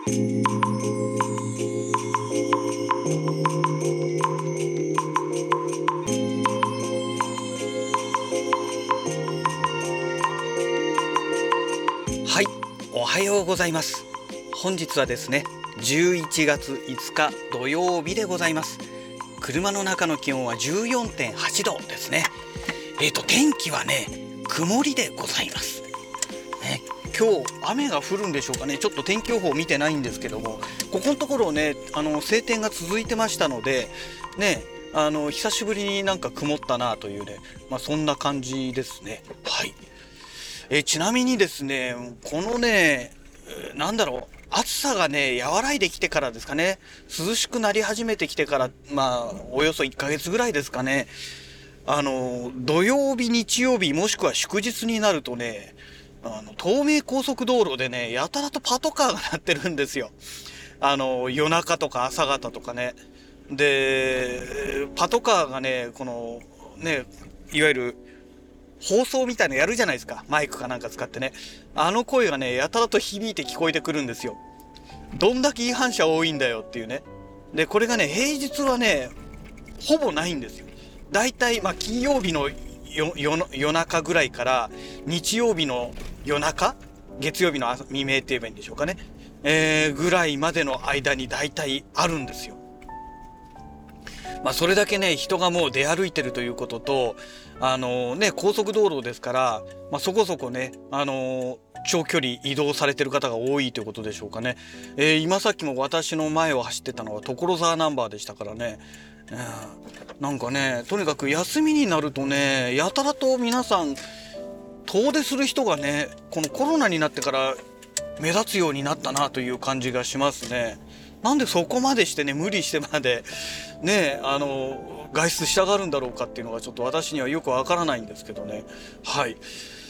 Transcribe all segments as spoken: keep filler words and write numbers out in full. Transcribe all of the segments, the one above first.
はい、おはようございます。本日はですね、じゅういちがついつか土曜日でございます。車の中の気温は じゅうよんてんはちどですね。えーと、天気はね、曇りでございます。ね、今日雨が降るんでしょうかね。ちょっと天気予報見てないんですけども、ここのところね、あの晴天が続いてましたので、ね、あの久しぶりになんか曇ったなというね、まあそんな感じですね。はい。えーちなみにですね、このね、えーなんだろう、暑さがね、和らいできてからですかね、涼しくなり始めてきてから、まあ、およそいっかげつぐらいですかね、あの、土曜日、日曜日、もしくは祝日になるとね、あの、東名高速道路でね、やたらとパトカーが鳴ってるんですよ。あの、夜中とか朝方とかね。で、パトカーがね、この、ね、いわゆる、放送みたいなのやるじゃないですか。マイクかなんか使ってね。あの声がね、やたらと響いて聞こえてくるんですよ。どんだけ違反者多いんだよっていうね。で、これがね、平日はね、ほぼないんですよ。だいたい、まあ、金曜日のよよ夜中ぐらいから、日曜日の夜中月曜日の朝未明って言えばいいんでしょうかね。えー、ぐらいまでの間にだいたいあるんですよ。まあ、それだけね、人がもう出歩いてるということと、あのね、高速道路ですから、まあ、そこそこね、あの長距離移動されてる方が多いということでしょうかね。えー今さっきも私の前を走ってたのは所沢ナンバーでしたからね。うん、なんかね、とにかく休みになるとね、やたらと皆さん、遠出する人がね、このコロナになってから目立つようになったなという感じがしますね。なんでそこまでしてね、無理してまで、ね、あの、外出したがるんだろうかっていうのがちょっと私にはよくわからないんですけどね。はい。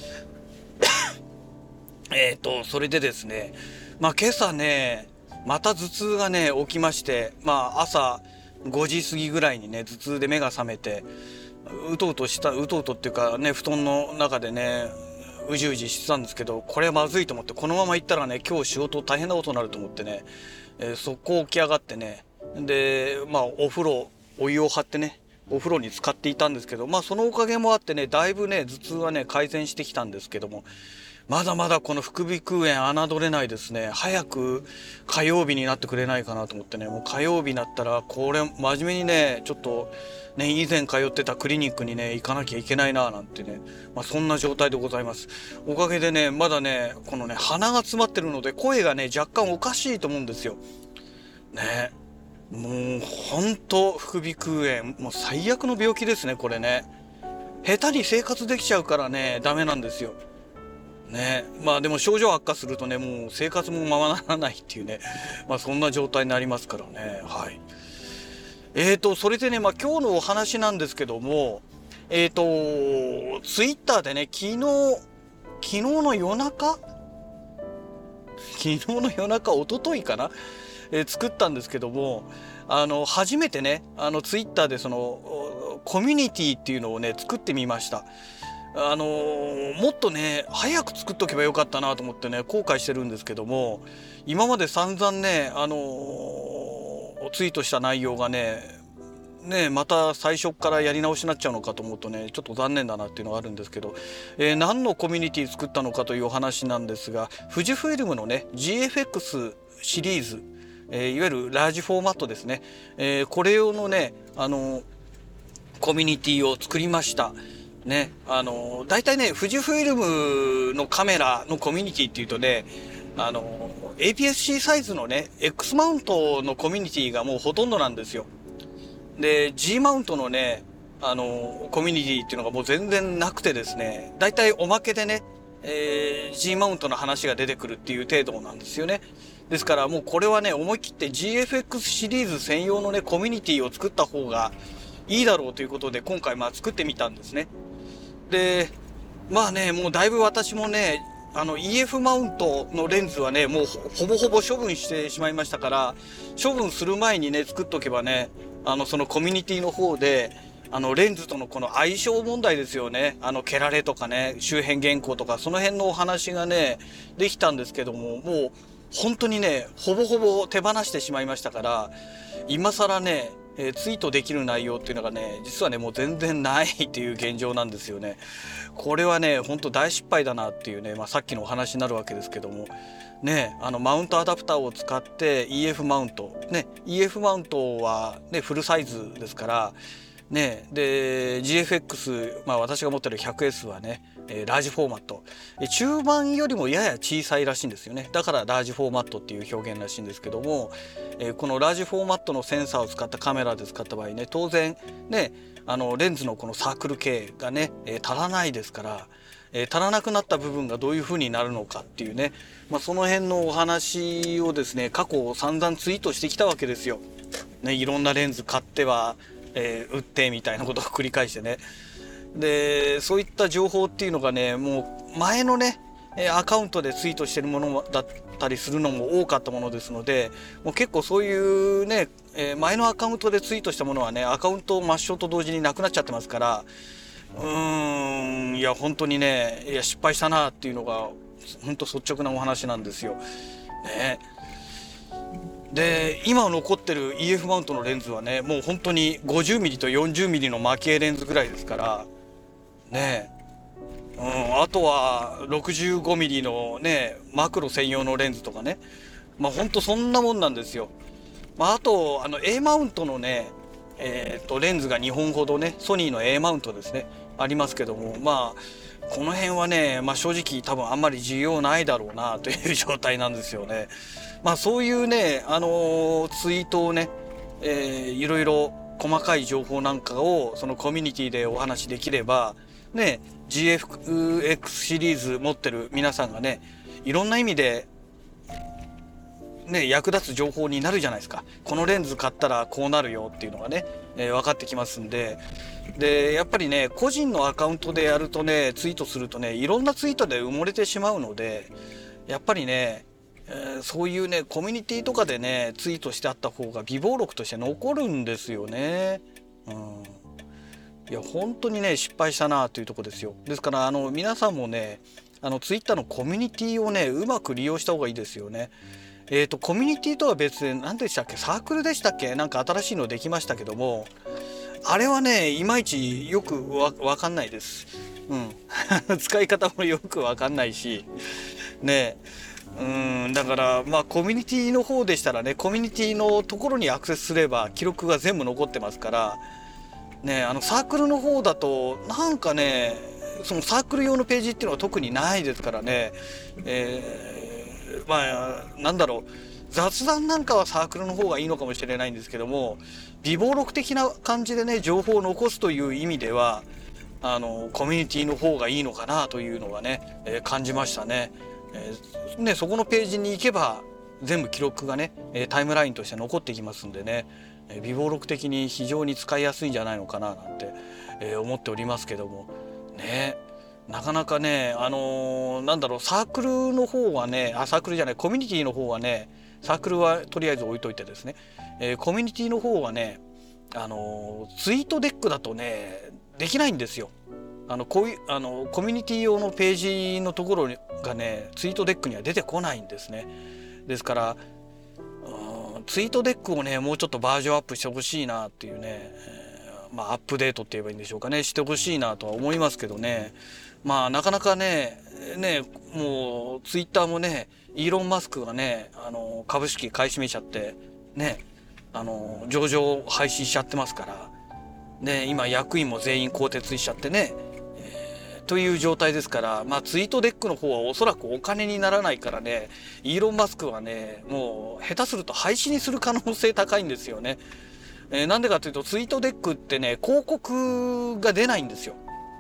えーと、それでですね、まあ今朝ね、また頭痛がね、起きまして、まあ朝ごじ過ぎぐらいにね、頭痛で目が覚めて、うとうとした、うとうとっていうかね、布団の中でね、うじうじしてたんですけど、これはまずいと思って、このまま行ったらね、今日仕事大変なことになると思ってね、えー、速攻起き上がってね、で、まあお風呂、お湯を張ってね、お風呂に浸かっていたんですけど、まあそのおかげもあってね、だいぶね、頭痛はね、改善してきたんですけども、まだまだこの副鼻腔炎侮れないですね。早く火曜日になってくれないかなと思ってね、もう火曜日になったら、これ真面目にね、ちょっとね、以前通ってたクリニックにね、行かなきゃいけないななんてね、まあそんな状態でございます。おかげでね、まだね、このね、鼻が詰まってるので、声がね、若干おかしいと思うんですよ。ね。もう、ほんと、副鼻腔炎、もう最悪の病気ですね、これね。下手に生活できちゃうからね、ダメなんですよ。ね、まあでも症状悪化するとね、もう生活もままならないっていうね、まあそんな状態になりますからね。はい。えーと、それでね、まあ今日のお話なんですけども、えーと、ツイッターでね、昨日、昨日の夜中昨日の夜中、一昨日かな、えー作ったんですけども、あの、初めてね、あの、ツイッターでその、コミュニティっていうのをね、作ってみました。あのーもっとね、早く作っとけばよかったなと思ってね、後悔してるんですけども、今まで散々ね、あのーツイートした内容がね、ね、また最初からやり直しになっちゃうのかと思うとね、ちょっと残念だなっていうのがあるんですけど、えー何のコミュニティ作ったのかというお話なんですが、富士フイルムのね、ジーエフエックス シリーズ、えーいわゆるラージフォーマットですね、えーこれ用のね、あのーコミュニティを作りました。ね、あの、大体ね、富士フイルムのカメラのコミュニティっていうとね、あの、エーピーエスシー サイズのね、X マウントのコミュニティがもうほとんどなんですよ。で、G マウントのね、あの、コミュニティっていうのがもう全然なくてですね、大体おまけでね、えー G マウントの話が出てくるっていう程度なんですよね。ですからもうこれはね、思い切って ジーエフエックス シリーズ専用のね、コミュニティを作った方がいいだろうということで、今回まあ作ってみたんですね。で、まあね、もうだいぶ私もね、あの イーエフ マウントのレンズはね、もうほぼほぼ処分してしまいましたから、処分する前にね、作っとけばね、あの、そのコミュニティの方で、あの、レンズとのこの相性問題ですよね。あの、蹴られとかね、周辺原稿とか、その辺のお話がね、できたんですけども、もう、 本当にねほぼほぼ手放してしまいましたから、今更ね、えーツイートできる内容っていうのがね実はねもう全然ないっていう現状なんですよね。これはね本当大失敗だなっていうね、まあ、さっきのお話になるわけですけどもね、あのマウントアダプターを使って イーエフ マウントね イーエフ マウントはねフルサイズですからね、で ジーエフエックス、まあ、私が持ってる ひゃくエス はね、えーラージフォーマット、えー中盤よりもやや小さいらしいんですよね。だからラージフォーマットっていう表現らしいんですけども、えーこのラージフォーマットのセンサーを使ったカメラで使った場合ね、当然ねあのレンズのこのサークル系がね、えー足らないですから、えー足らなくなった部分がどういう風になるのかっていうね、まあ、その辺のお話をですね過去散々ツイートしてきたわけですよ。ね、いろんなレンズ買っては、えー売ってみたいなことを繰り返してね。でそういった情報っていうのがねもう前のねえーアカウントでツイートしてるものだったりするのも多かったものですので、もう結構そういうね、えー前のアカウントでツイートしたものはねアカウント抹消と同時になくなっちゃってますから、うーんいや本当にねいや失敗したなっていうのが本当率直なお話なんですよ。ね、で今残ってる イーエフ マウントのレンズはねもう本当に ごじゅうミリ と よんじゅうミリ のマキエレンズぐらいですからね、うん、あとは ろくじゅうごミリ のねマクロ専用のレンズとかね、まあ本当そんなもんなんですよ。まあ、あとあの A マウントのね、えー、とレンズがにほんほどねソニーの A マウントですねありますけども、まあこの辺はね、まあ、正直多分あんまり需要ないだろうなという状態なんですよね。まあそういうね、あのーツイートをね、えーいろいろ細かい情報なんかをそのコミュニティでお話しできればね、 ジーエフエックス シリーズ持ってる皆さんがねいろんな意味でね、役立つ情報になるじゃないですか。このレンズ買ったらこうなるよっていうのがね、えー分かってきますんで、でやっぱりね個人のアカウントでやるとねツイートするとねいろんなツイートで埋もれてしまうので、やっぱりね、えーそういうねコミュニティとかでねツイートしてあった方が備忘録として残るんですよね。うん、いや本当にね失敗したなというところですよ。ですからあの皆さんもねあのツイッターのコミュニティをねうまく利用した方がいいですよね。えーと、コミュニティとは別で何でしたっけ、サークルでしたっけ、なんか新しいのできましたけども、あれはねいまいちよくわ分かんないです。うん使い方もよく分かんないしね、うんだからまあコミュニティの方でしたらねコミュニティのところにアクセスすれば記録が全部残ってますからね、あのサークルの方だとなんかねそのサークル用のページっていうのは特にないですからね、えーまあなんだろう、雑談なんかはサークルの方がいいのかもしれないんですけども、備忘録的な感じでね情報を残すという意味ではあのコミュニティの方がいいのかなというのはね、えー感じましたね。えーねそこのページに行けば全部記録がねえータイムラインとして残ってきますんでね、えー備忘録的に非常に使いやすいんじゃないのかななんて、えー思っておりますけどもね。なかなかねあのーなんだろう、サークルの方はねあサークルじゃないコミュニティの方はね、サークルはとりあえず置いといてですね、えーコミュニティの方はねあのーツイートデックだとねできないんですよ。あのこういうあのコミュニティ用のページのところがねツイートデックには出てこないんですね。ですからうんツイートデックをねもうちょっとバージョンアップしてほしいなっていうね、えーまあアップデートって言えばいいんでしょうかね、してほしいなとは思いますけどね。まあなかなかねねもうツイッターもねイーロン・マスクがねあの株式買い占めちゃってねあの上場廃止しちゃってますからね、今役員も全員更迭しちゃってね、えーという状態ですから、まあツイートデックの方はおそらくお金にならないからね、イーロン・マスクはねもう下手すると廃止にする可能性高いんですよね。えーなんでかというとツイートデックってね広告が出ないんですよ。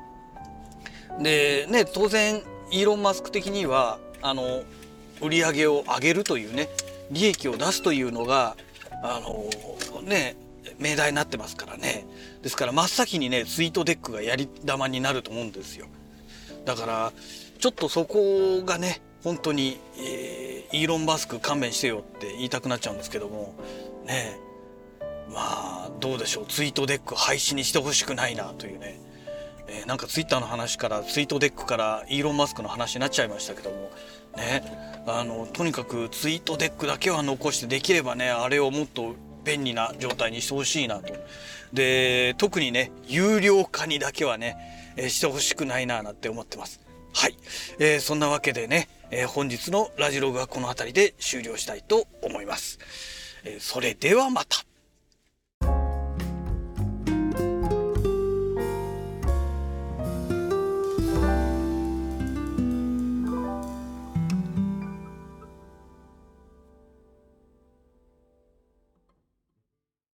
でね当然イーロン・マスク的にはあの売り上げを上げるというね利益を出すというのがあのね命題になってますからね。ですから真っ先にねツイートデックがやり玉になると思うんですよ。だからちょっとそこがね本当に、えーイーロン・マスク勘弁してよって言いたくなっちゃうんですけどもね、まあどうでしょう、ツイートデック廃止にしてほしくないなというね、ええー、なんかツイッターの話からツイートデックからイーロン・マスクの話になっちゃいましたけどもね、あのとにかくツイートデックだけは残して、できればねあれをもっと便利な状態にしてほしいなと。で特にね有料化にだけはね、えー、してほしくないななんて思ってます。はい、えー、そんなわけでね、えー、本日のラジログはこの辺りで終了したいと思います。えー、それではまた。